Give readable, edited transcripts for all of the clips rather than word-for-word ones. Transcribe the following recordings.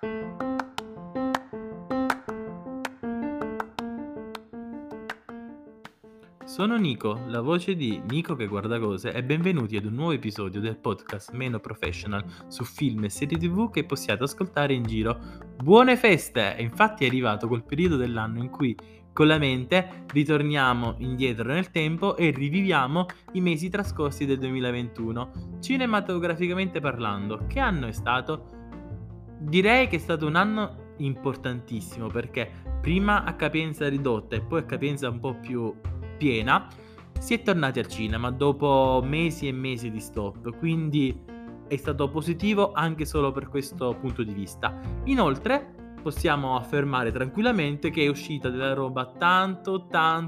Sono Nico, la voce di Nico che guarda cose e benvenuti ad un nuovo episodio del podcast meno professional su film e serie TV che possiate ascoltare in giro. Buone feste! E infatti è arrivato quel periodo dell'anno in cui con la mente ritorniamo indietro nel tempo e riviviamo i mesi trascorsi del 2021. Cinematograficamente parlando, che anno è stato? Direi che è stato un anno importantissimo perché prima a capienza ridotta e poi a capienza un po' più piena si è tornati al cinema dopo mesi e mesi di stop, quindi è stato positivo anche solo per questo punto di vista. Inoltre possiamo affermare tranquillamente che è uscita della roba tanto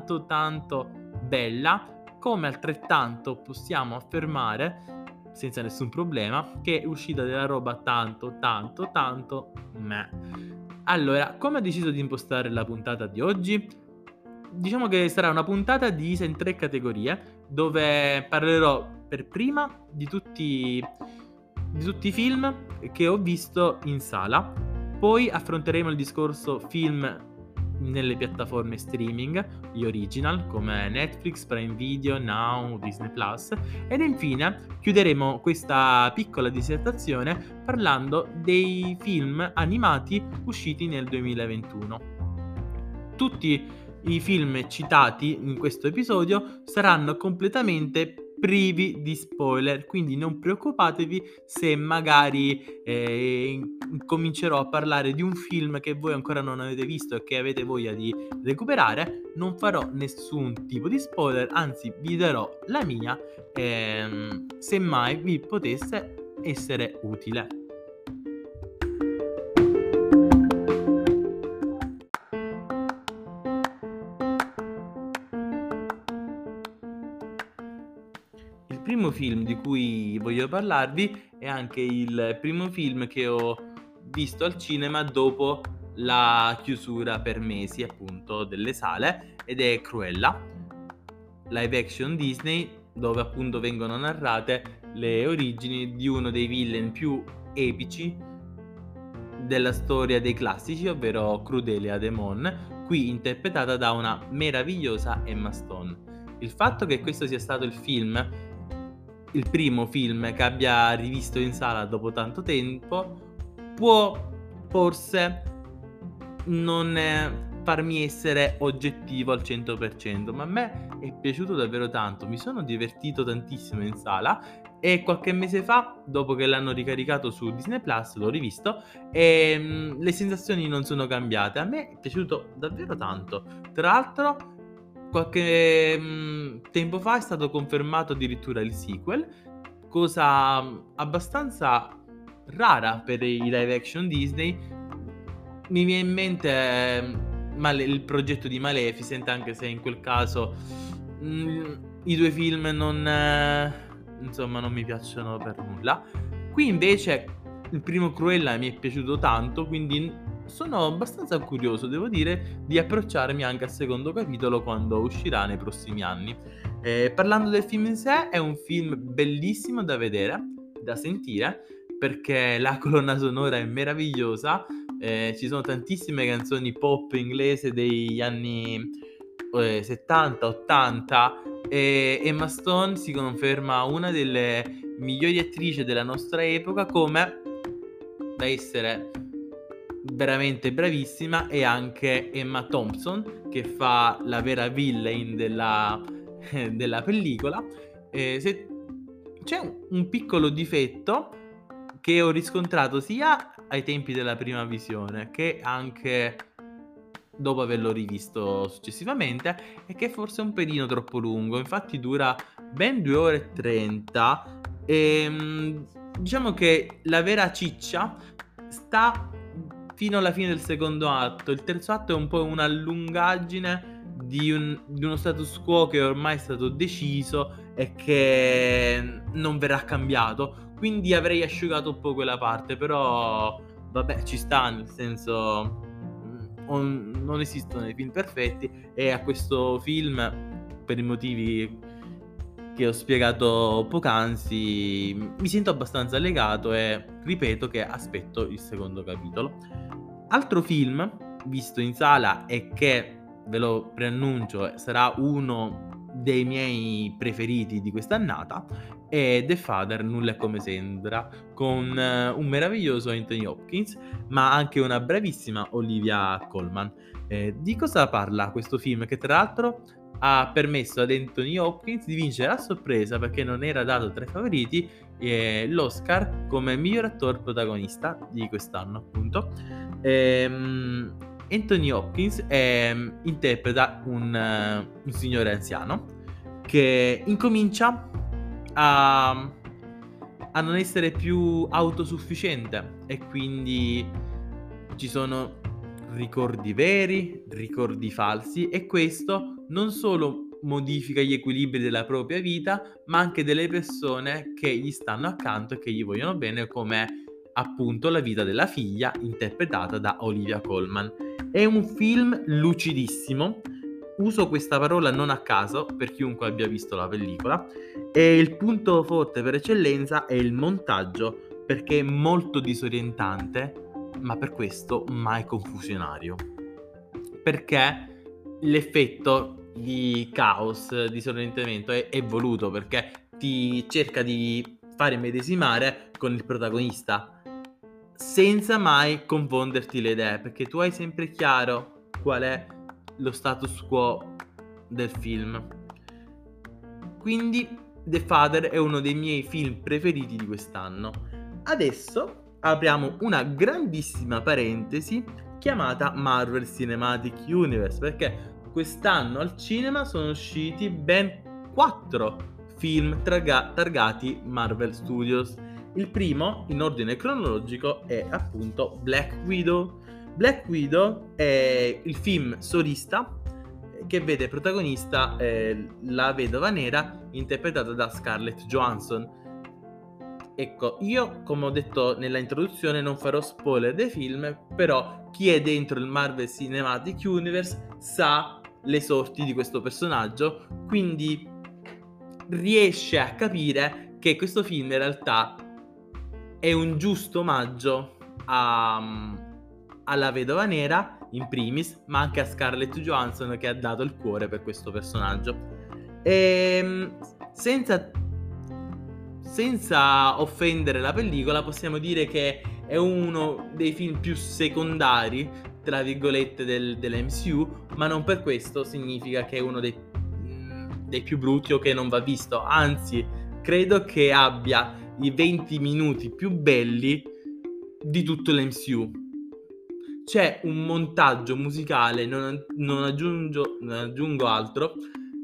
bella, come altrettanto possiamo affermare senza nessun problema che è uscita della roba tanto meh. Allora, come ho deciso di impostare la puntata di oggi? Diciamo che sarà una puntata divisa in 3 categorie, dove parlerò per prima di tutti i film che ho visto in sala, poi affronteremo il discorso film nelle piattaforme streaming, gli original come Netflix, Prime Video, Now, Disney Plus, ed infine chiuderemo questa piccola dissertazione parlando dei film animati usciti nel 2021. Tutti i film citati in questo episodio saranno completamente privi di spoiler, quindi non preoccupatevi se magari comincerò a parlare di un film che voi ancora non avete visto e che avete voglia di recuperare. Non farò nessun tipo di spoiler, anzi vi darò la mia, semmai vi potesse essere utile. Il primo film di cui voglio parlarvi è anche il primo film che ho visto al cinema dopo la chiusura per mesi, appunto, delle sale, ed è Cruella, live action Disney, dove appunto vengono narrate le origini di uno dei villain più epici della storia dei classici, ovvero Crudelia Demon, qui interpretata da una meravigliosa Emma Stone. Il fatto che questo sia stato il primo film che abbia rivisto in sala dopo tanto tempo, può forse non farmi essere oggettivo al 100%, ma a me è piaciuto davvero tanto, mi sono divertito tantissimo in sala e qualche mese fa, dopo che l'hanno ricaricato su Disney Plus, l'ho rivisto e le sensazioni non sono cambiate. A me è piaciuto davvero tanto. Tra l'altro qualche tempo fa è stato confermato addirittura il sequel, cosa abbastanza rara per i live action Disney. Mi viene in mente il progetto di Maleficent, anche se in quel caso i due film non mi piacciono per nulla. Qui invece il primo Cruella mi è piaciuto tanto, quindi sono abbastanza curioso, devo dire, di approcciarmi anche al secondo capitolo quando uscirà nei prossimi anni. Parlando del film in sé, è un film bellissimo da vedere, da sentire, perché la colonna sonora è meravigliosa, ci sono tantissime canzoni pop inglese degli anni 70, 80 e Emma Stone si conferma una delle migliori attrici della nostra epoca, come da essere veramente bravissima, e anche Emma Thompson che fa la vera villain della pellicola. C'è un piccolo difetto che ho riscontrato sia ai tempi della prima visione che anche dopo averlo rivisto successivamente, è che forse è un pelino troppo lungo, infatti dura ben 2 ore e 30 diciamo che la vera ciccia sta fino alla fine del secondo atto. Il terzo atto è un po' un'allungaggine di uno status quo che ormai è stato deciso e che non verrà cambiato, quindi avrei asciugato un po' quella parte, però vabbè, ci sta, nel senso non esistono dei film perfetti e a questo film, per i motivi che ho spiegato poc'anzi, mi sento abbastanza legato e ripeto che aspetto il secondo capitolo. Altro film visto in sala e che, ve lo preannuncio, sarà uno dei miei preferiti di quest'annata, è The Father, nulla è come sembra, con un meraviglioso Anthony Hopkins, ma anche una bravissima Olivia Colman. Di cosa parla questo film? Che tra l'altro ha permesso ad Anthony Hopkins di vincere a sorpresa, perché non era dato tra i favoriti, l'Oscar come miglior attore protagonista di quest'anno, appunto. Anthony Hopkins interpreta un signore anziano che incomincia a non essere più autosufficiente, e quindi ci sono ricordi veri, ricordi falsi, e questo non solo modifica gli equilibri della propria vita, ma anche delle persone che gli stanno accanto e che gli vogliono bene, come appunto la vita della figlia interpretata da Olivia Colman. È un film lucidissimo, uso questa parola non a caso per chiunque abbia visto la pellicola, e il punto forte per eccellenza è il montaggio, perché è molto disorientante, ma per questo mai confusionario, perché l'effetto di caos, disorientamento è voluto, perché ti cerca di fare immedesimare con il protagonista senza mai confonderti le idee, perché tu hai sempre chiaro qual è lo status quo del film. Quindi The Father è uno dei miei film preferiti di quest'anno. Adesso apriamo una grandissima parentesi chiamata Marvel Cinematic Universe, perché quest'anno al cinema sono usciti ben 4 film targati Marvel Studios. Il primo, in ordine cronologico, è appunto Black Widow. Black Widow è il film solista che vede protagonista la Vedova Nera, interpretata da Scarlett Johansson. Ecco, io, come ho detto nella introduzione, non farò spoiler dei film, però chi è dentro il Marvel Cinematic Universe sa le sorti di questo personaggio, quindi riesce a capire che questo film in realtà è un giusto omaggio alla Vedova Nera in primis, ma anche a Scarlett Johansson, che ha dato il cuore per questo personaggio. Senza offendere la pellicola, possiamo dire che è uno dei film più secondari, tra virgolette, dell'MCU, ma non per questo significa che è uno dei più brutti o che non va visto. Anzi, credo che abbia i 20 minuti più belli di tutto l'MCU. C'è un montaggio musicale, non aggiungo altro,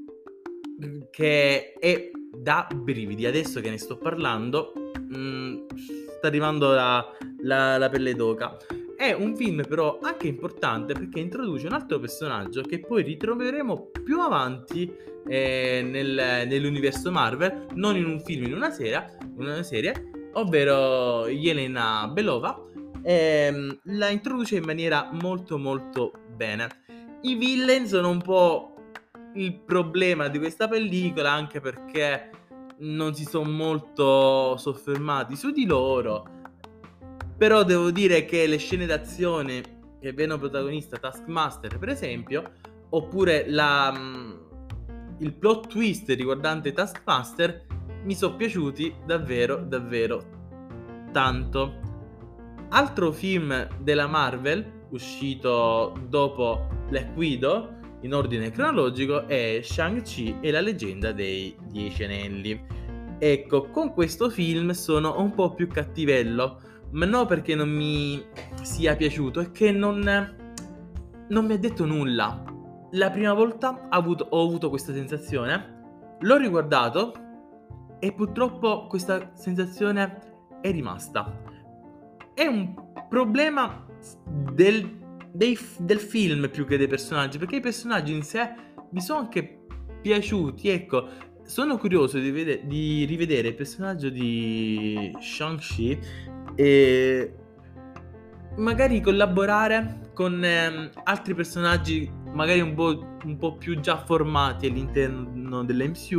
che è da brividi. Adesso che ne sto parlando, sta arrivando la pelle d'oca. È un film però anche importante, perché introduce un altro personaggio che poi ritroveremo più avanti nell'universo Marvel, non in un film, in una serie, ovvero Yelena Belova. La introduce in maniera molto molto bene. I villain sono un po' il problema di questa pellicola, anche perché non si sono molto soffermati su di loro, però devo dire che le scene d'azione che vedono protagonista Taskmaster, per esempio, oppure il plot twist riguardante Taskmaster, mi sono piaciuti davvero davvero tanto. Altro film della Marvel uscito dopo Black Widow in ordine cronologico è Shang-Chi e la leggenda dei 10 anelli. Ecco, con questo film sono un po' più cattivello, ma non perché non mi sia piaciuto, è che non mi ha detto nulla. La prima volta ho avuto questa sensazione, l'ho riguardato e purtroppo questa sensazione è rimasta. È un problema del film più che dei personaggi, perché i personaggi in sé mi sono anche piaciuti. Ecco, sono curioso di rivedere il personaggio di Shang-Chi e magari collaborare con altri personaggi magari un po' più già formati all'interno dell'MCU,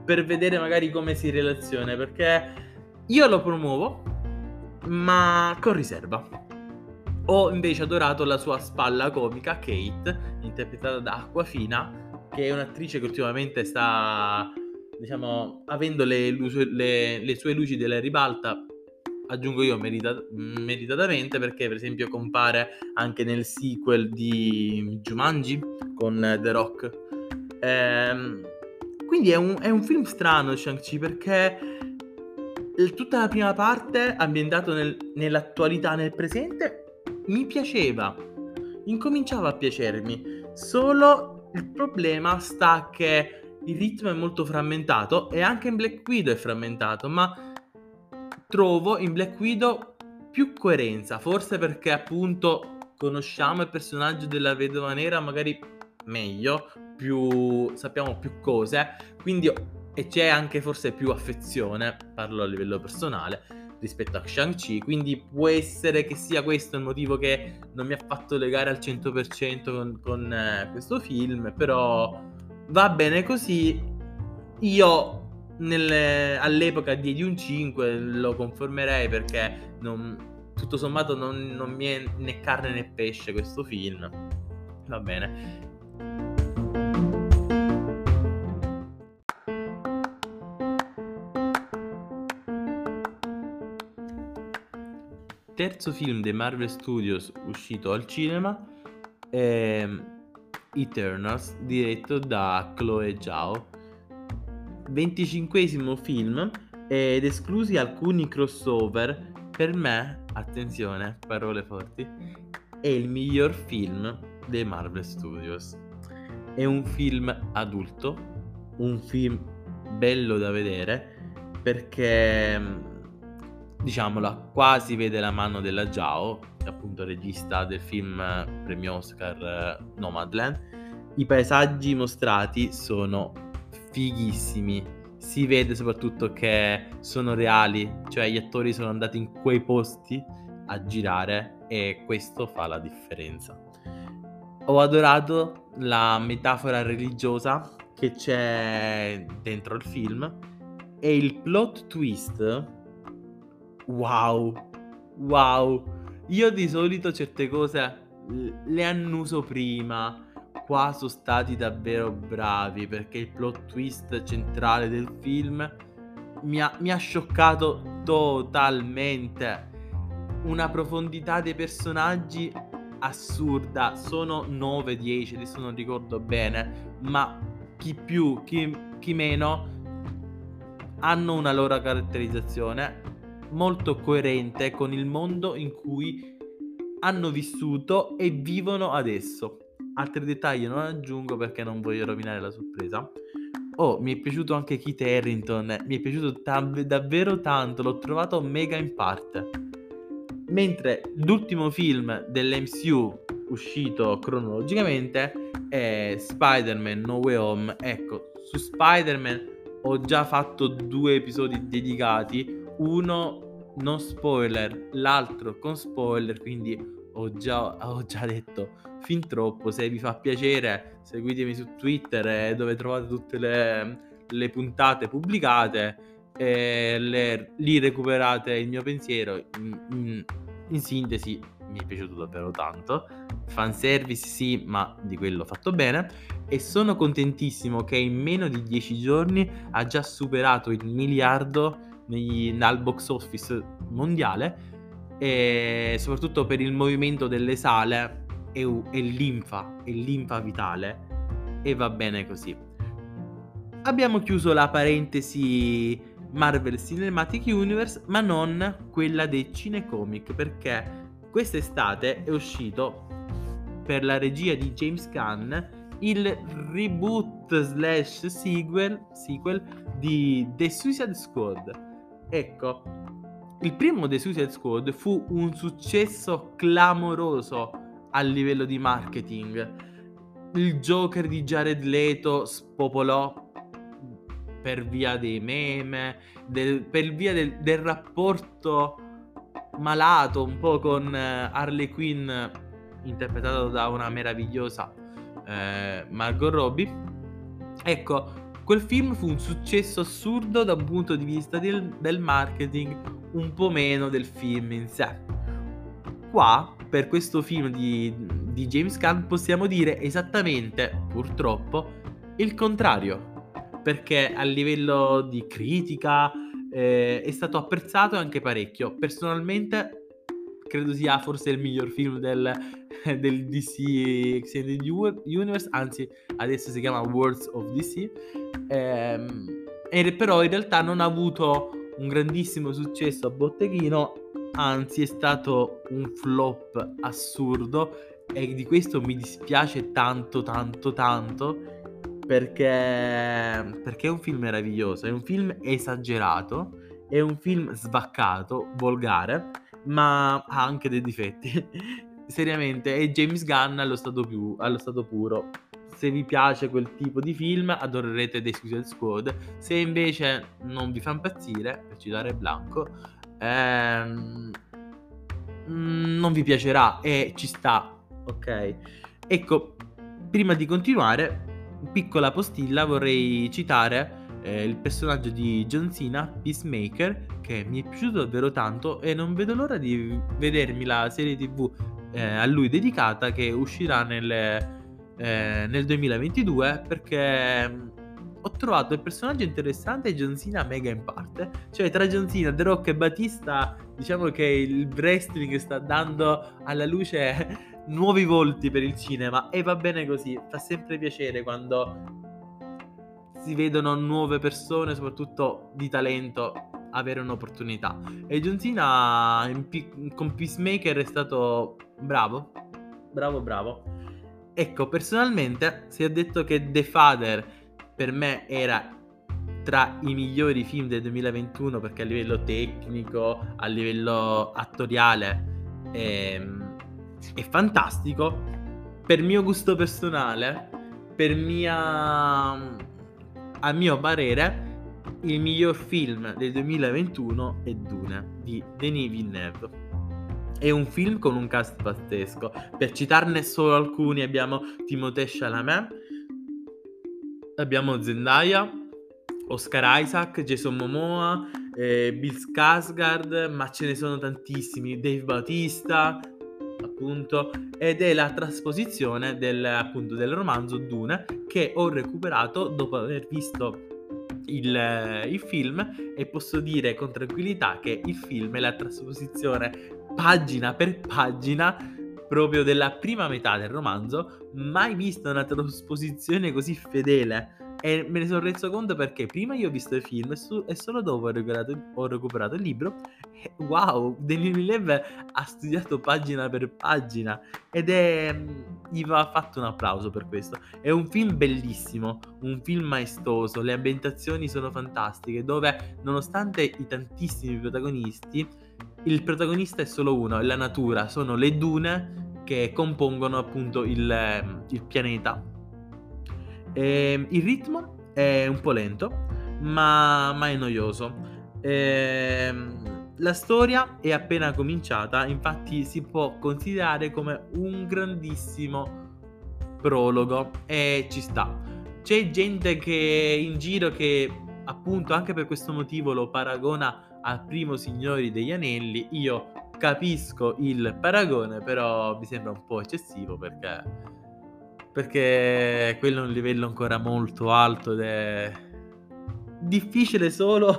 per vedere magari come si relaziona, perché io lo promuovo, ma con riserva. Ho invece adorato la sua spalla comica, Kate, interpretata da Awkwafina, che è un'attrice che ultimamente sta, diciamo, avendo le sue luci della ribalta, aggiungo io meritatamente, perché per esempio compare anche nel sequel di Jumanji con The Rock. Quindi è un film strano Shang-Chi, perché tutta la prima parte ambientato nell'attualità, nel presente, mi piaceva, incominciava a piacermi, solo il problema sta che il ritmo è molto frammentato, e anche in Black Widow è frammentato, ma trovo in Black Widow più coerenza, forse perché appunto conosciamo il personaggio della Vedova Nera magari meglio, sappiamo più cose, quindi e c'è anche forse più affezione, parlo a livello personale, rispetto a Shang-Chi, quindi può essere che sia questo il motivo che non mi ha fatto legare al 100% con questo film, però va bene così. Io all'epoca diedi un 5, lo confermerei, perché tutto sommato non mi è né carne né pesce questo film. Va bene. Terzo film dei Marvel Studios uscito al cinema è Eternals, diretto da Chloe Zhao. 25esimo film ed esclusi alcuni crossover. Per me, attenzione, parole forti, è il miglior film dei Marvel Studios. È un film adulto, un film bello da vedere, perché diciamola, quasi vede la mano della Zhao, appunto regista del film premio Oscar Nomadland. I paesaggi mostrati sono fighissimi, si vede soprattutto che sono reali, cioè gli attori sono andati in quei posti a girare, e questo fa la differenza. Ho adorato la metafora religiosa che c'è dentro il film, e il plot twist. Wow, io di solito certe cose le annuso prima. Qua sono stati davvero bravi, perché il plot twist centrale del film mi ha scioccato totalmente. Una profondità dei personaggi assurda. Sono 9-10, adesso non ricordo bene, ma chi più, chi meno hanno una loro caratterizzazione molto coerente con il mondo in cui hanno vissuto e vivono adesso. Altri dettagli non aggiungo perché non voglio rovinare la sorpresa. Mi è piaciuto anche Kit Harington, mi è piaciuto davvero tanto, l'ho trovato mega in parte. Mentre l'ultimo film dell'MCU uscito cronologicamente è Spider-Man No Way Home. Ecco, su Spider-Man ho già fatto 2 episodi dedicati, uno non spoiler, l'altro con spoiler, quindi ho già detto fin troppo. Se vi fa piacere, seguitemi su Twitter, dove trovate tutte le puntate pubblicate, e lì recuperate il mio pensiero. In sintesi, mi è piaciuto davvero tanto. Fanservice sì, ma di quello fatto bene, e sono contentissimo che in meno di 10 giorni ha già superato il miliardo al box office mondiale, e soprattutto per il movimento delle sale è linfa vitale, e va bene così. Abbiamo chiuso la parentesi Marvel Cinematic Universe, ma non quella dei cinecomic, perché quest'estate è uscito, per la regia di James Gunn, il reboot/sequel di The Suicide Squad. Ecco, il primo The Suicide Squad fu un successo clamoroso a livello di marketing. Il Joker di Jared Leto spopolò per via dei meme, per via del rapporto malato un po' con Harley Quinn, interpretato da una meravigliosa Margot Robbie. Ecco, quel film fu un successo assurdo da un punto di vista del marketing, un po' meno del film in sé. Qua, per questo film di James Gunn, possiamo dire esattamente, purtroppo, il contrario, perché a livello di critica, è stato apprezzato anche parecchio. Personalmente credo sia forse il miglior film del DC Extended Universe, anzi adesso si chiama Worlds of DC, però in realtà non ha avuto un grandissimo successo a botteghino, anzi è stato un flop assurdo e di questo mi dispiace tanto, tanto, tanto, perché è un film meraviglioso, è un film esagerato, è un film svaccato, volgare, ma ha anche dei difetti. Seriamente, è James Gunn allo stato puro. Se vi piace quel tipo di film, adorerete The Suicide Squad. Se invece non vi fa impazzire, per citare Blanco, non vi piacerà e ci sta, ok? Ecco, prima di continuare, piccola postilla, vorrei citare il personaggio di John Cena, Peacemaker, che mi è piaciuto davvero tanto e non vedo l'ora di vedermi la serie TV a lui dedicata, che uscirà nel 2022, perché ho trovato il personaggio interessante e John Cena mega in parte. Cioè, tra John Cena, The Rock e Batista, diciamo che il wrestling sta dando alla luce nuovi volti per il cinema, e va bene così. Fa sempre piacere quando si vedono nuove persone, soprattutto di talento, avere un'opportunità. E John Cena con Peacemaker è stato bravo. Bravo, bravo. Ecco, personalmente, si è detto che The Father per me era tra i migliori film del 2021, perché a livello tecnico, a livello attoriale è fantastico. Per mio gusto personale, a mio parere, il miglior film del 2021 è Dune di Denis Villeneuve. È un film con un cast pazzesco. Per citarne solo alcuni, abbiamo Timothée Chalamet, abbiamo Zendaya, Oscar Isaac, Jason Momoa, Bill Skarsgård, ma ce ne sono tantissimi, Dave Bautista, appunto, ed è la trasposizione del romanzo Dune, che ho recuperato dopo aver visto il film, e posso dire con tranquillità che il film è la trasposizione pagina per pagina proprio della prima metà del romanzo. Mai vista una trasposizione così fedele, e me ne sono reso conto perché prima io ho visto il film e solo dopo ho recuperato il libro, e wow, Denis Villeneuve ha studiato pagina per pagina, gli va fatto un applauso per questo. È un film bellissimo, un film maestoso, le ambientazioni sono fantastiche, dove nonostante i tantissimi protagonisti, il protagonista è solo uno, è la natura, sono le dune che compongono appunto il pianeta. Il ritmo è un po' lento, ma è noioso. La storia è appena cominciata, infatti si può considerare come un grandissimo prologo, e ci sta. C'è gente che in giro che appunto anche per questo motivo lo paragona al primo Signori degli Anelli. Io capisco il paragone, però mi sembra un po' eccessivo, perché quello è un livello ancora molto alto ed è difficile solo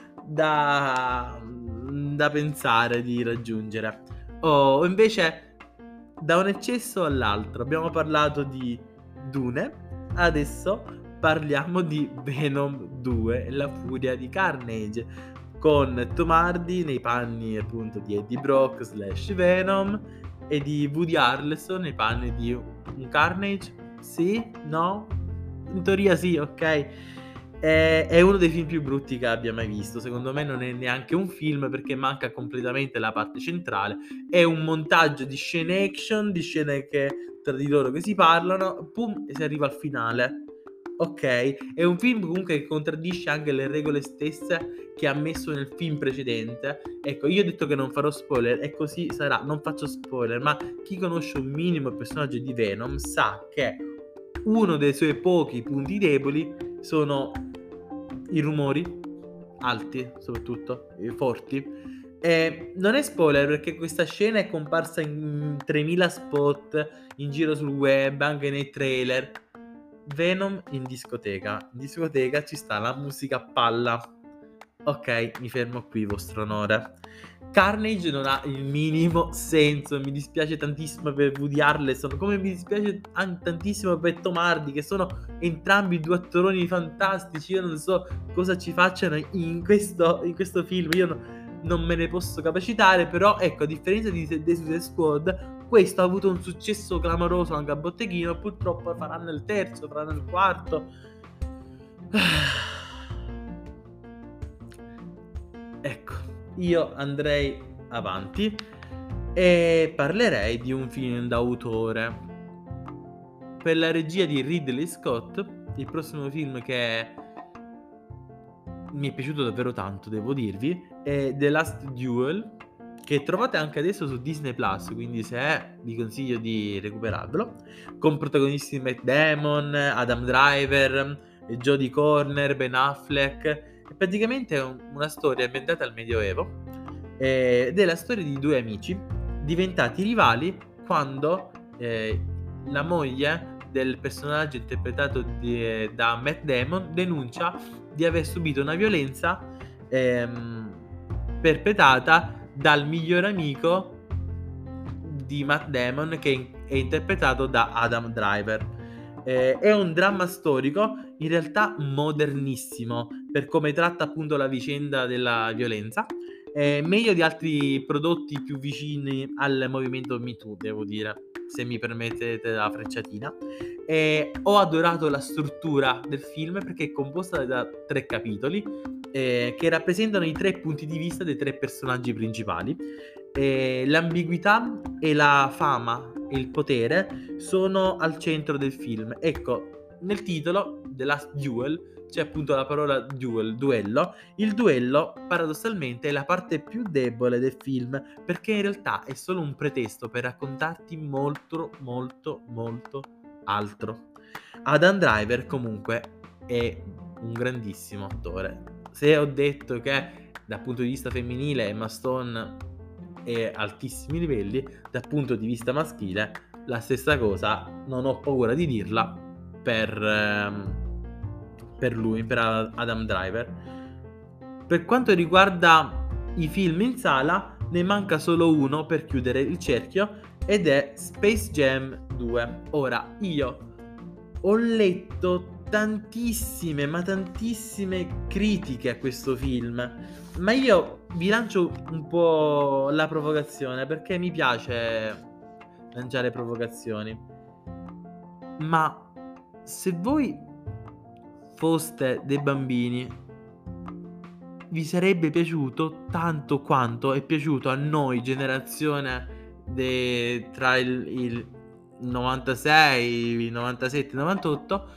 da pensare di raggiungere. O invece da un eccesso all'altro. Abbiamo parlato di Dune, adesso parliamo di Venom 2, la furia di Carnage, con Tom Hardy nei panni appunto di Eddie Brock / Venom e di Woody Harrelson nei panni di un Carnage. Sì? No? In teoria sì, ok. È uno dei film più brutti che abbia mai visto. Secondo me non è neanche un film, perché manca completamente la parte centrale. È un montaggio di scene action, di scene che tra di loro che si parlano, pum, e si arriva al finale. Ok, è un film comunque che contraddisce anche le regole stesse che ha messo nel film precedente. Ecco, io ho detto che non farò spoiler e così sarà, non faccio spoiler, ma chi conosce un minimo il personaggio di Venom sa che uno dei suoi pochi punti deboli sono i rumori alti, soprattutto, forti. E non è spoiler perché questa scena è comparsa in 3000 spot in giro sul web, anche nei trailer. Venom in discoteca. In discoteca ci sta la musica a palla. Ok, mi fermo qui, vostro onore. Carnage non ha il minimo senso. Mi dispiace tantissimo per Woody Harrelson, come mi dispiace tantissimo per Tom Hardy, che sono entrambi due attoroni fantastici. Io non so cosa ci facciano in questo film. Io non me ne posso capacitare. Però ecco, a differenza di The Suicide Squad, questo ha avuto un successo clamoroso anche a botteghino. Purtroppo faranno il terzo, faranno il quarto. Ecco, io andrei avanti e parlerei di un film d'autore. Per la regia di Ridley Scott, il prossimo film che mi è piaciuto davvero tanto, devo dirvi, è The Last Duel, che trovate anche adesso su Disney Plus, quindi se è, vi consiglio di recuperarvelo, con protagonisti Matt Damon, Adam Driver, Jodie Corner, Ben Affleck. Praticamente è una storia ambientata al Medioevo ed è la storia di due amici diventati rivali quando la moglie del personaggio interpretato da Matt Damon denuncia di aver subito una violenza perpetrata dal miglior amico di Matt Damon, che è interpretato da Adam Driver. È un dramma storico in realtà modernissimo per come tratta appunto la vicenda della violenza, meglio di altri prodotti più vicini al movimento Me Too, devo dire, se mi permettete la frecciatina. Ho adorato la struttura del film perché è composta da 3 capitoli che rappresentano i 3 punti di vista dei 3 personaggi principali. L'ambiguità e la fama e il potere sono al centro del film. Ecco, nel titolo The Last Duel c'è appunto la parola duello. Il duello paradossalmente è la parte più debole del film, perché in realtà è solo un pretesto per raccontarti molto altro. Adam Driver comunque è un grandissimo attore. Se ho detto che dal punto di vista femminile Emma Stone è a altissimi livelli, dal punto di vista maschile la stessa cosa, non ho paura di dirla per lui, per Adam Driver. Per quanto riguarda i film in sala, ne manca solo uno per chiudere il cerchio ed è Space Jam 2. Ora, io ho letto tantissime critiche a questo film, ma io vi lancio un po' la provocazione perché mi piace lanciare provocazioni. Ma se voi foste dei bambini, vi sarebbe piaciuto tanto quanto è piaciuto a noi, generazione tra il 96, il 97, il 98,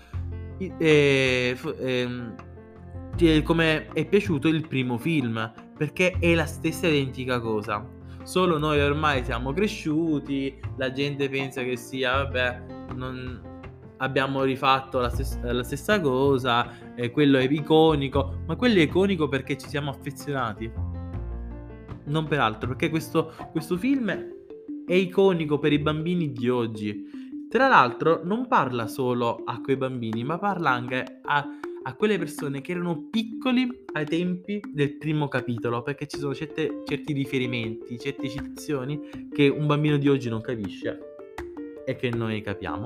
come è piaciuto il primo film, perché è la stessa identica cosa. Solo noi ormai siamo cresciuti, la gente pensa che sia, vabbè, non abbiamo rifatto la stessa cosa, quello è iconico, ma quello è iconico perché ci siamo affezionati, non per altro, perché questo film è iconico per i bambini di oggi. Tra l'altro non parla solo a quei bambini, ma parla anche a quelle persone che erano piccoli ai tempi del primo capitolo, perché ci sono certi riferimenti, certe citazioni che un bambino di oggi non capisce e che noi capiamo.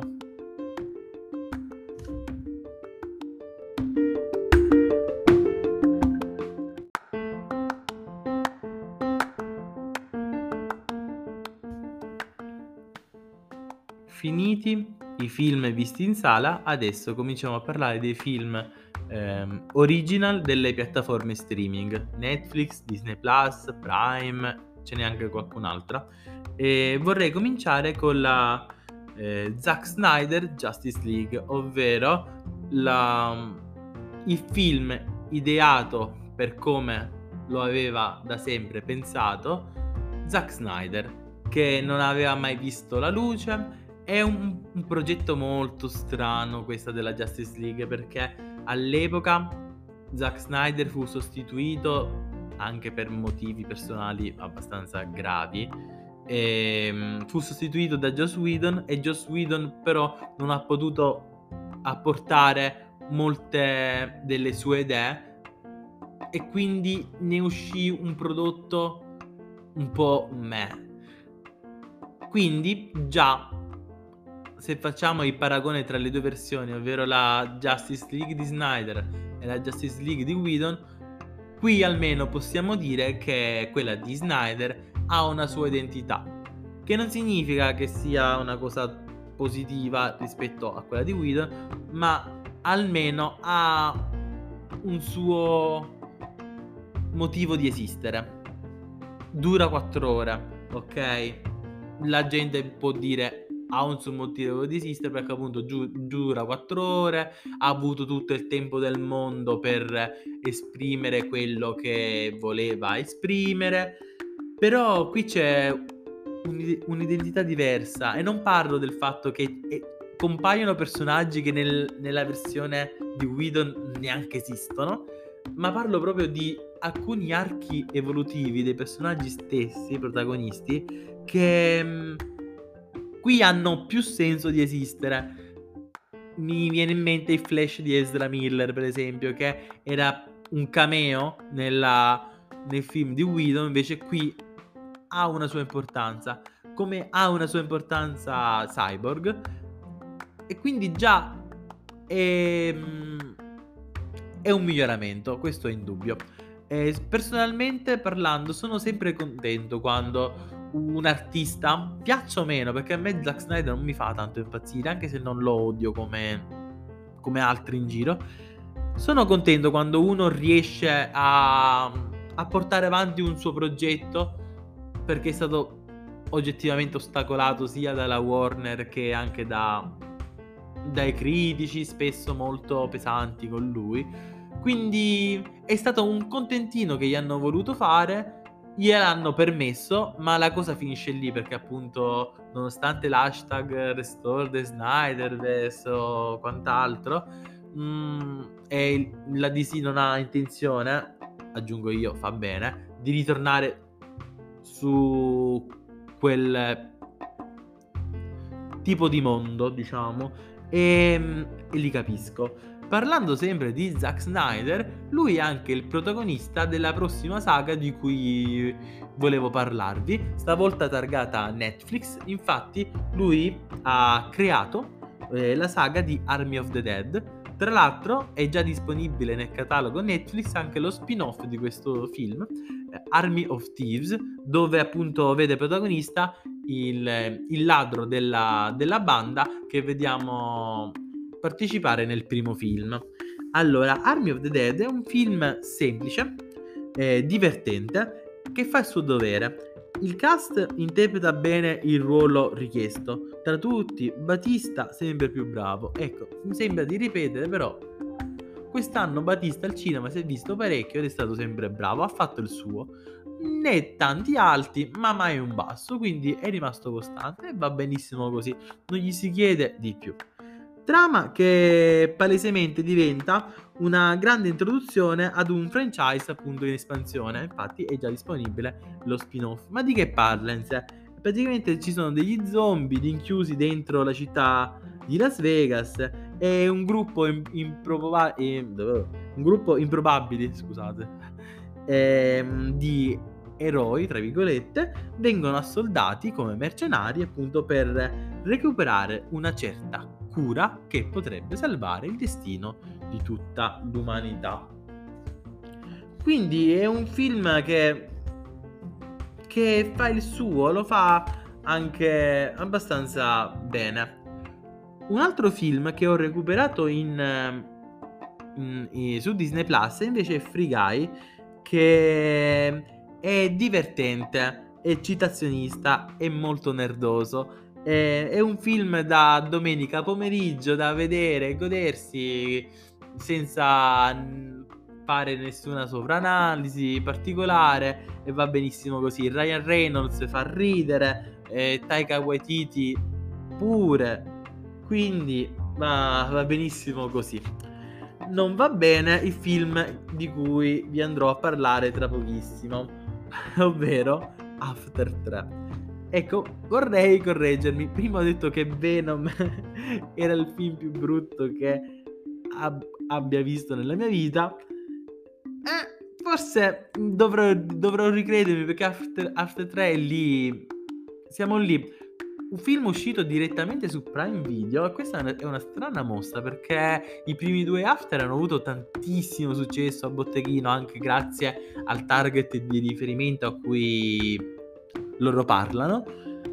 Finiti i film visti in sala, adesso cominciamo a parlare dei film original delle piattaforme streaming, Netflix, Disney Plus, Prime, ce n'è anche qualcun'altra. E vorrei cominciare con la Zack Snyder Justice League, ovvero il film ideato per come lo aveva da sempre pensato Zack Snyder, che non aveva mai visto la luce. È un progetto molto strano questa della Justice League, perché all'epoca Zack Snyder fu sostituito anche per motivi personali abbastanza gravi. Fu sostituito da Joss Whedon e Joss Whedon però non ha potuto apportare molte delle sue idee e quindi ne uscì un prodotto un po' meh. Quindi già, se facciamo il paragone tra le due versioni, ovvero la Justice League di Snyder e la Justice League di Whedon, qui almeno possiamo dire che quella di Snyder ha una sua identità, che non significa che sia una cosa positiva rispetto a quella di Whedon, ma almeno ha un suo motivo di esistere. Dura 4 ore, ok? La gente può dire ha un suo motivo di esistere perché appunto dura 4 ore, ha avuto tutto il tempo del mondo per esprimere quello che voleva esprimere, però qui c'è un'identità diversa e non parlo del fatto che compaiono personaggi che nella versione di Whedon neanche esistono, ma parlo proprio di alcuni archi evolutivi dei personaggi stessi, protagonisti, che qui hanno più senso di esistere. Mi viene in mente il Flash di Ezra Miller, per esempio, che era un cameo nel film di Whedon, invece qui ha una sua importanza, come ha una sua importanza Cyborg, e quindi già è un miglioramento, questo è indubbio. Personalmente parlando sono sempre contento quando un artista, piaccia o meno, perché a me Zack Snyder non mi fa tanto impazzire, anche se non lo odio come altri in giro. Sono contento quando uno riesce a portare avanti un suo progetto, perché è stato oggettivamente ostacolato sia dalla Warner che anche dai critici, spesso molto pesanti con lui. Quindi è stato un contentino che gli hanno voluto fare, gliel'hanno permesso, ma la cosa finisce lì perché appunto nonostante l'hashtag Restore the Snyderverse o quant'altro, e la DC non ha intenzione, aggiungo io, fa bene, di ritornare su quel tipo di mondo, diciamo, e li capisco. Parlando sempre di Zack Snyder, lui è anche il protagonista della prossima saga di cui volevo parlarvi, stavolta targata Netflix. Infatti lui ha creato la saga di Army of the Dead. Tra l'altro è già disponibile nel catalogo Netflix anche lo spin-off di questo film, Army of Thieves, dove appunto vede protagonista il ladro della banda che vediamo partecipare nel primo film. Allora, Army of the Dead è un film semplice, divertente, che fa il suo dovere. Il cast interpreta bene il ruolo richiesto. Tra tutti, Batista sempre più bravo. Ecco, mi sembra di ripetere, però quest'anno Batista al cinema si è visto parecchio ed è stato sempre bravo, ha fatto il suo. Né tanti alti, ma mai un basso, quindi è rimasto costante e va benissimo così. Non gli si chiede di più. Trama che palesemente diventa una grande introduzione ad un franchise appunto in espansione, infatti è già disponibile lo spin-off. Ma di che parla in sé? Praticamente ci sono degli zombie rinchiusi dentro la città di Las Vegas e un gruppo improbabili, scusate, di eroi, tra virgolette, vengono assoldati come mercenari appunto per recuperare una certa cura che potrebbe salvare il destino di tutta l'umanità. Quindi è un film che fa il suo, lo fa anche abbastanza bene. Un altro film che ho recuperato su Disney Plus invece è Free Guy, che è divertente, è citazionista, è molto nerdoso. È un film da domenica pomeriggio da vedere e godersi senza fare nessuna sovranalisi particolare, e va benissimo così. Ryan Reynolds fa ridere, Taika Waititi pure, quindi va benissimo così. non va bene il film di cui vi andrò a parlare tra pochissimo, ovvero After 3. Ecco, vorrei correggermi. Prima ho detto che Venom era il film più brutto che abbia visto nella mia vita. Forse dovrò ricredermi, perché After 3 è lì. Siamo lì. Un film uscito direttamente su Prime Video, e questa è una strana mossa, perché i primi 2 After hanno avuto tantissimo successo a botteghino, anche grazie al target di riferimento a cui loro parlano.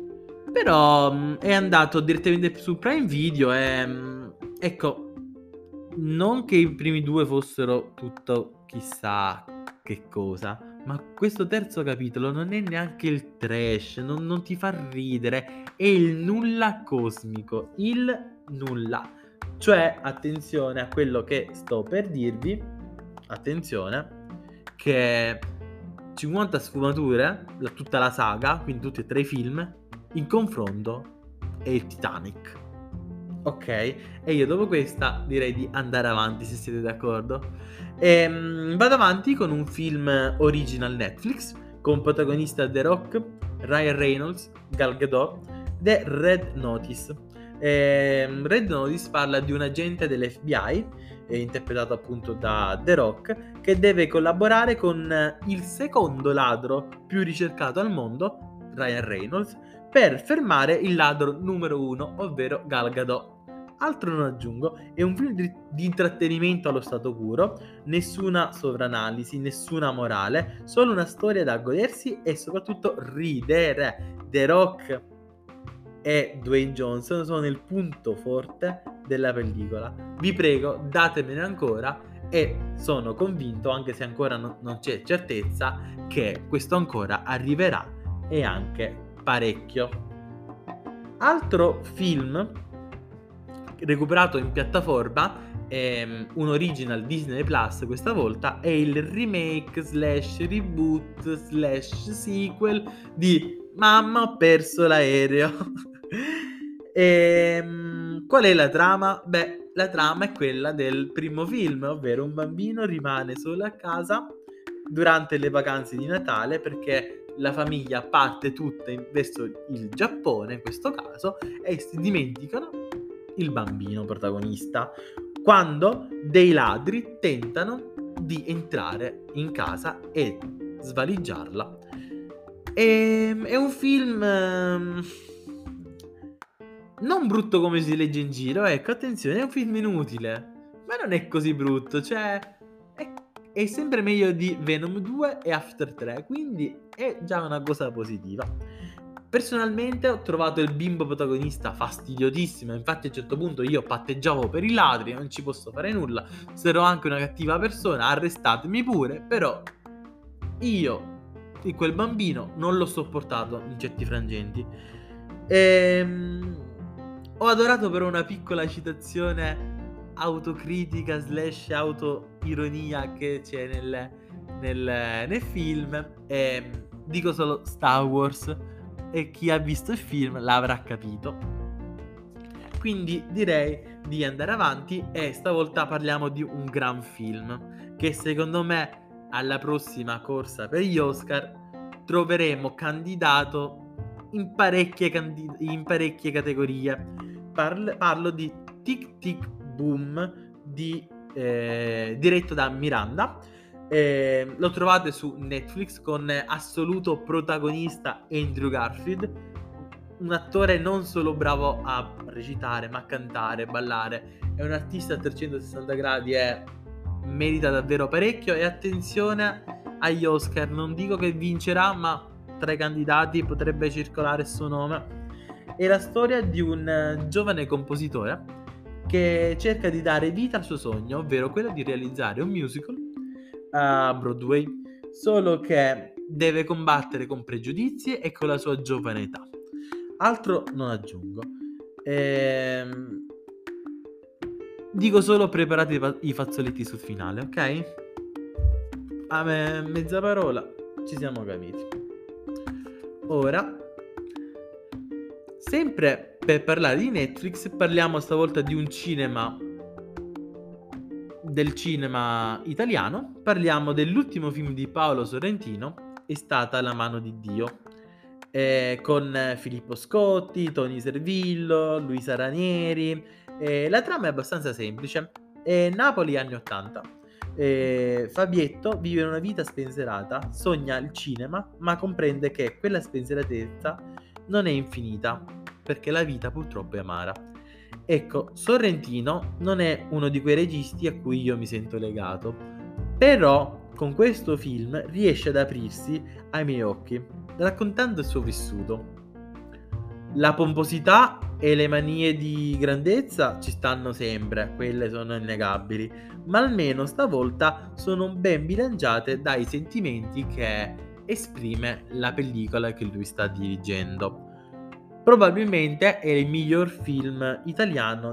Però è andato direttamente su Prime Video e ecco, non che i primi 2 fossero tutto chissà che cosa, ma questo terzo capitolo non è neanche il trash, non ti fa ridere, è il nulla cosmico, il nulla. Cioè, attenzione a quello che sto per dirvi, attenzione, che 50 sfumature, tutta la saga, quindi tutti e 3 i film, in confronto è il Titanic. Ok? E io dopo questa direi di andare avanti, se siete d'accordo. Vado avanti con un film original Netflix con protagonista The Rock, Ryan Reynolds, Gal Gadot, The Red Notice. Red Notice parla di un agente dell'FBI, interpretato appunto da The Rock, che deve collaborare con il secondo ladro più ricercato al mondo, Ryan Reynolds, per fermare il ladro numero 1, ovvero Gal Gadot. Altro non aggiungo, è un film di intrattenimento allo stato puro, nessuna sovranalisi, nessuna morale, solo una storia da godersi e soprattutto ridere. The Rock e Dwayne Johnson sono il punto forte della pellicola. Vi prego, datemene ancora, e sono convinto, anche se ancora non c'è certezza, che questo ancora arriverà, e anche parecchio. Altro film recuperato in piattaforma, un original Disney Plus questa volta, è il remake / reboot / sequel di Mamma, ho perso l'aereo. Qual è la trama? Beh, la trama è quella del primo film, ovvero un bambino rimane solo a casa durante le vacanze di Natale perché la famiglia parte tutta verso il Giappone, in questo caso, e si dimenticano il bambino protagonista quando dei ladri tentano di entrare in casa e svaligiarla. È un film non brutto come si legge in giro, ecco, attenzione, è un film inutile, ma non è così brutto, cioè è sempre meglio di Venom 2 e After 3, quindi è già una cosa positiva. Personalmente ho trovato il bimbo protagonista fastidiosissimo, infatti a un certo punto io patteggiavo per i ladri, non ci posso fare nulla, sarò anche una cattiva persona, arrestatemi pure, però io di quel bambino non l'ho sopportato in certi frangenti. Ho adorato però una piccola citazione autocritica / autoironia che c'è nel film, dico solo Star Wars, e chi ha visto il film l'avrà capito. Quindi direi di andare avanti, e stavolta parliamo di un gran film che secondo me alla prossima corsa per gli Oscar troveremo candidato in parecchie categorie. Parlo di Tic Tic Boom diretto da Miranda. Lo trovate su Netflix con assoluto protagonista Andrew Garfield, un attore non solo bravo a recitare ma a cantare, ballare, è un artista a 360 gradi e merita davvero parecchio. E attenzione agli Oscar, non dico che vincerà, ma tra i candidati potrebbe circolare il suo nome. È la storia di un giovane compositore che cerca di dare vita al suo sogno, ovvero quello di realizzare un musical a Broadway, solo che deve combattere con pregiudizi e con la sua giovane età. Altro non aggiungo. Dico solo preparate i fazzoletti sul finale, ok? A me mezza parola, ci siamo capiti. Ora, sempre per parlare di Netflix, parliamo stavolta di un cinema del cinema italiano, parliamo dell'ultimo film di Paolo Sorrentino, È stata la mano di Dio, con Filippo Scotti, Tony Servillo, Luisa Ranieri. La trama è abbastanza semplice. Napoli anni '80. Fabietto vive una vita spensierata, sogna il cinema, ma comprende che quella spensieratezza non è infinita, perché la vita purtroppo è amara. Ecco, Sorrentino non è uno di quei registi a cui io mi sento legato, però con questo film riesce ad aprirsi ai miei occhi, raccontando il suo vissuto. La pomposità e le manie di grandezza ci stanno sempre, quelle sono innegabili, ma almeno stavolta sono ben bilanciate dai sentimenti che esprime la pellicola che lui sta dirigendo. Probabilmente è il miglior film italiano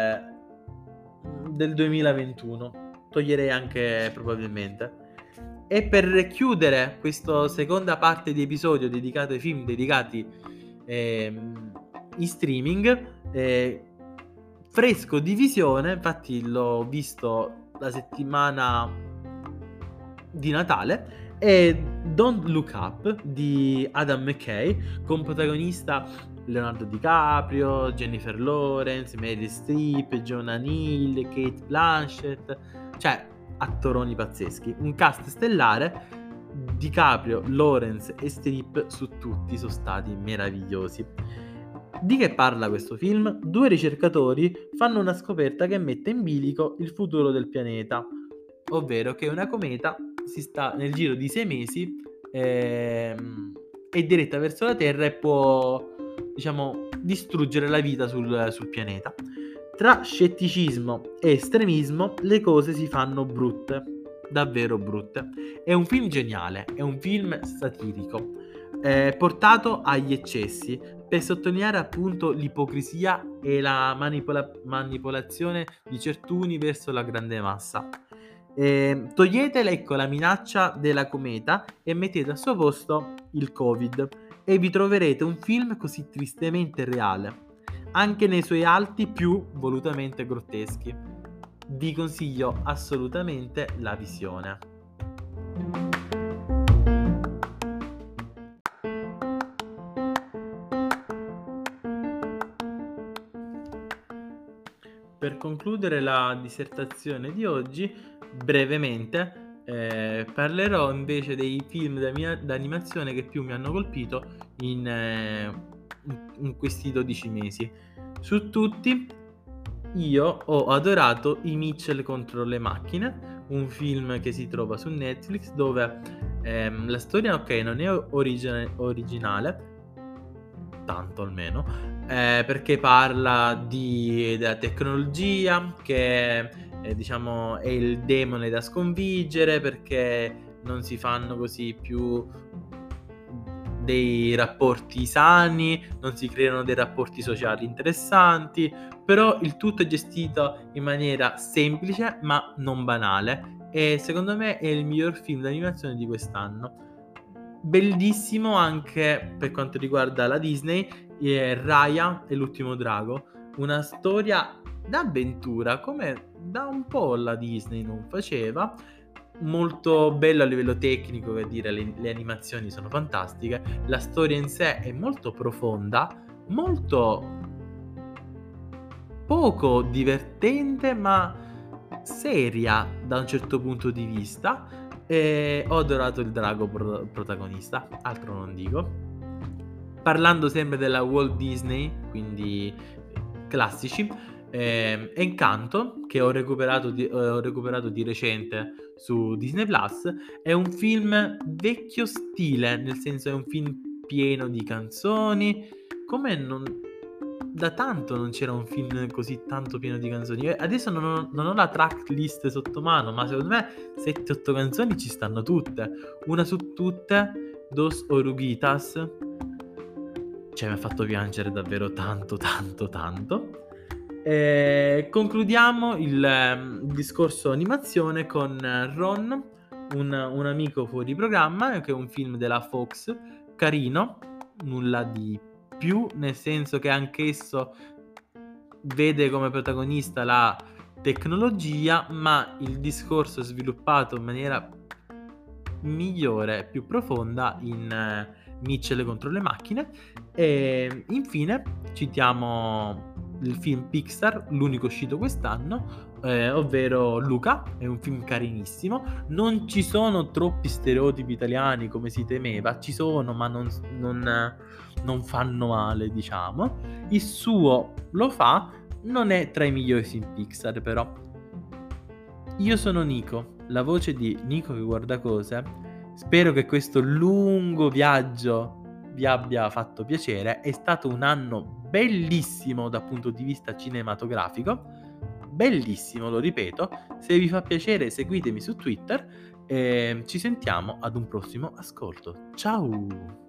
del 2021. Toglierei anche probabilmente. E per chiudere questa seconda parte di episodio dedicato ai film dedicati in streaming, fresco di visione, infatti l'ho visto la settimana di Natale, è Don't Look Up di Adam McKay, con protagonista Leonardo DiCaprio, Jennifer Lawrence, Meryl Streep, Jonah Hill, Kate Blanchett, cioè attoroni pazzeschi, un cast stellare. DiCaprio, Lawrence e Streep su tutti sono stati meravigliosi. Di che parla questo film? Due ricercatori fanno una scoperta che mette in bilico il futuro del pianeta, ovvero che una cometa si sta nel giro di 6 mesi è diretta verso la Terra e può, diciamo, distruggere la vita sul pianeta. Tra scetticismo e estremismo le cose si fanno brutte, davvero brutte. È un film geniale, è un film satirico, portato agli eccessi per sottolineare appunto l'ipocrisia e la manipolazione di certuni verso la grande massa. Togliete, ecco, la minaccia della cometa e mettete al suo posto il Covid e vi troverete un film così tristemente reale, anche nei suoi alti più volutamente grotteschi. Vi consiglio assolutamente la visione. Per concludere la dissertazione di oggi, brevemente, parlerò invece dei film d'animazione che più mi hanno colpito in questi 12 mesi. Su tutti, io ho adorato I Mitchell contro le macchine, un film che si trova su Netflix dove la storia, ok, non è originale, tanto almeno, perché parla della tecnologia che diciamo è il demone da sconfiggere, perché non si fanno così più dei rapporti sani, non si creano dei rapporti sociali interessanti, però il tutto è gestito in maniera semplice ma non banale e secondo me è il miglior film d'animazione di quest'anno. Bellissimo anche per quanto riguarda la Disney, Raya e l'ultimo drago, una storia d'avventura come da un po' la Disney non faceva, molto bello a livello tecnico, per dire le animazioni sono fantastiche, la storia in sé è molto profonda, molto poco divertente ma seria da un certo punto di vista. Ho adorato il drago protagonista, altro non dico. Parlando sempre della Walt Disney, quindi classici, Encanto, che ho recuperato di recente su Disney Plus, è un film vecchio stile, nel senso è un film pieno di canzoni, come da tanto non c'era un film così tanto pieno di canzoni. Adesso non ho la tracklist sotto mano, ma secondo me 7-8 canzoni ci stanno tutte. Una su tutte, Dos Oruguitas, cioè mi ha fatto piangere davvero tanto. Concludiamo il discorso animazione con Ron, un amico fuori programma, che è un film della Fox, carino, nulla di più, nel senso che anch'esso vede come protagonista la tecnologia, ma il discorso è sviluppato in maniera migliore, più profonda in Mitchell contro le macchine. E infine citiamo il film Pixar, l'unico uscito quest'anno, ovvero Luca. È un film carinissimo, non ci sono troppi stereotipi italiani come si temeva, ci sono ma non fanno male, diciamo. Il suo lo fa, non è tra i migliori film Pixar però. Io sono Nico, la voce di Nico che guarda cose. Spero che questo lungo viaggio vi abbia fatto piacere. È stato un anno bellissimo dal punto di vista cinematografico. Bellissimo, lo ripeto. Se vi fa piacere seguitemi su Twitter e ci sentiamo ad un prossimo ascolto. Ciao!